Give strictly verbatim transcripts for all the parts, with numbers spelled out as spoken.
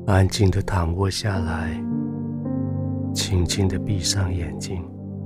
安静地躺卧下来，轻轻地闭上眼睛。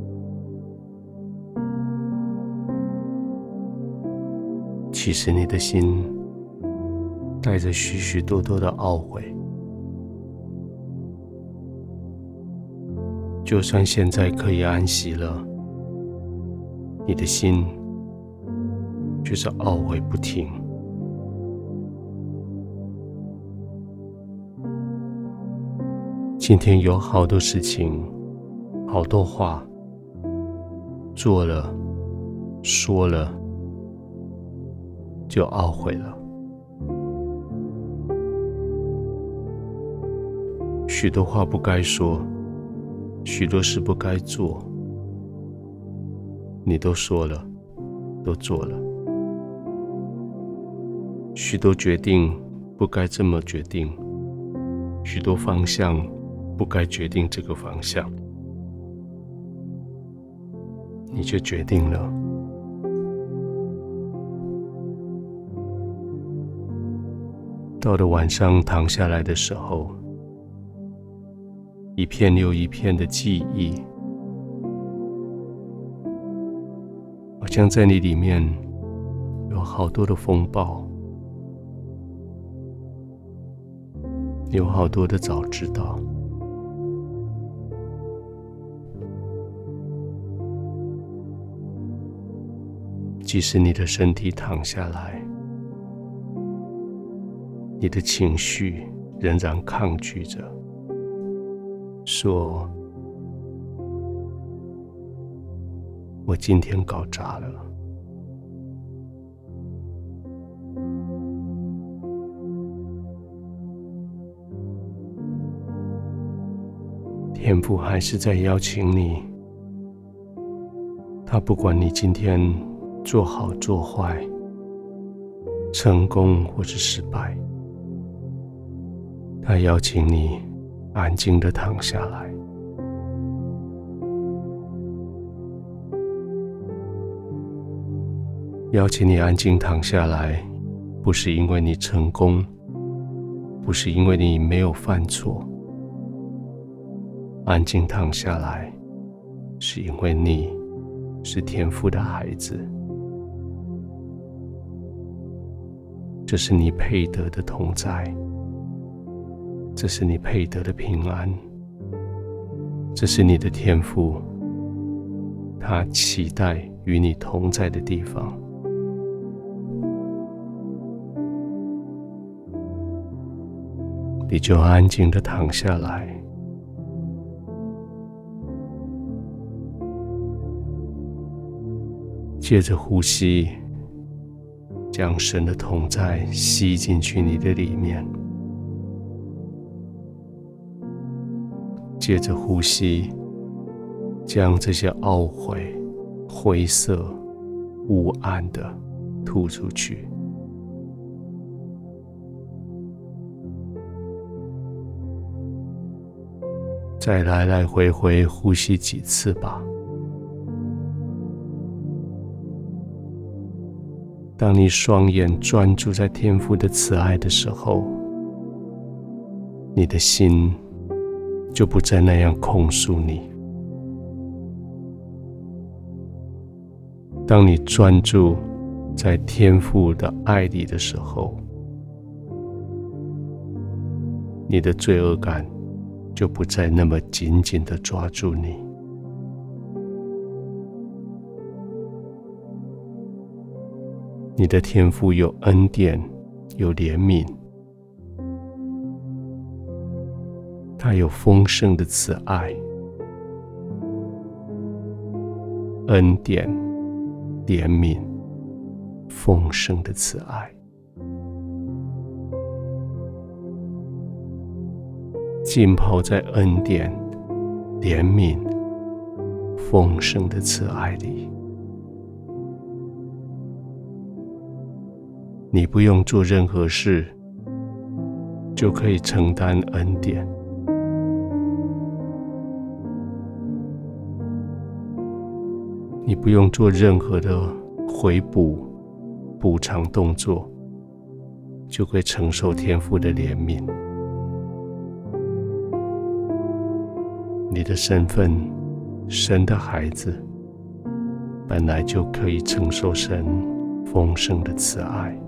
其实你的心带着许许多多的懊悔，就算现在可以安息了，你的心却是懊悔不停。今天有好多事情，好多话做了说了就懊悔了，许多话不该说，许多事不该做，你都说了，都做了。许多决定不该这么决定，许多方向不该决定这个方向，你却决定了。到了晚上躺下来的时候，一片又一片的记忆，好像在你里面有好多的风暴，有好多的早知道。即使你的身体躺下来，你的情绪仍然抗拒着，说我今天搞砸了。天父还是在邀请你，他不管你今天做好做坏，成功或是失败，他邀请你安静地躺下来。邀请你安静躺下来，不是因为你成功，不是因为你没有犯错，安静躺下来，是因为你是天父的孩子，这是你配得的同在，这是你配得的平安，这是你的天父，他期待与你同在的地方。你就安静地躺下来，借着呼吸，将神的同在吸进去你的里面，借着呼吸，将这些懊悔、灰色、无暗的吐出去。再来来回回呼吸几次吧。当你双眼专注在天父的慈爱的时候，你的心就不再那样控诉你。当你专注在天父的爱里的时候，你的罪恶感就不再那么紧紧地抓住你。你的天父有恩典，有怜悯，他有丰盛的慈爱，恩典、怜悯、丰盛的慈爱。浸泡在恩典、怜悯、丰盛的慈爱里，你不用做任何事，就可以承担恩典。你不用做任何的回补、补偿动作，就会承受天父的怜悯。 你的身份，神的孩子，本来就可以承受神丰盛的慈爱。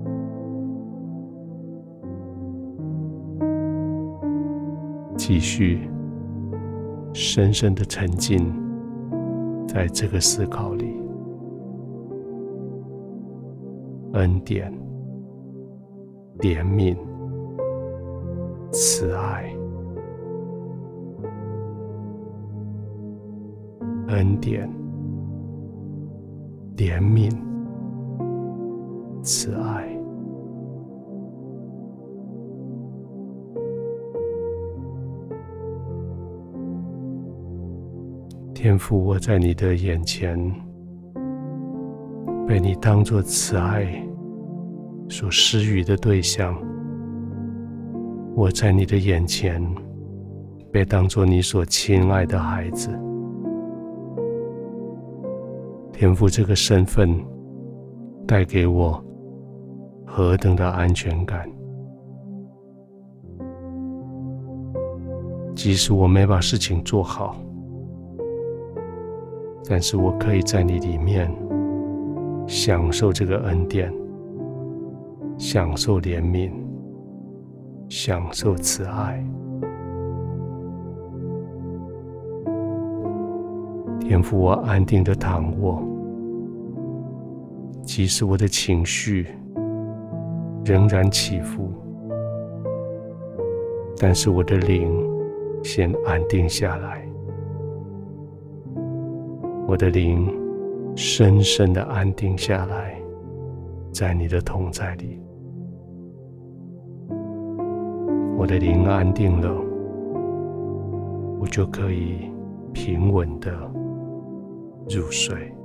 继续深深的沉浸在这个思考里，恩典、怜悯、慈爱，恩典、怜悯、慈爱。天父，我在你的眼前，被你当作慈爱所施予的对象。我在你的眼前，被当作你所亲爱的孩子。天父，这个身份带给我何等的安全感！即使我没把事情做好，但是我可以在你里面享受这个恩典，享受怜悯，享受慈爱。天父，我安定的躺卧，即使我的情绪仍然起伏，但是我的灵先安定下来。我的灵深深的安定下来，在你的同在里。我的灵安定了，我就可以平稳的入睡。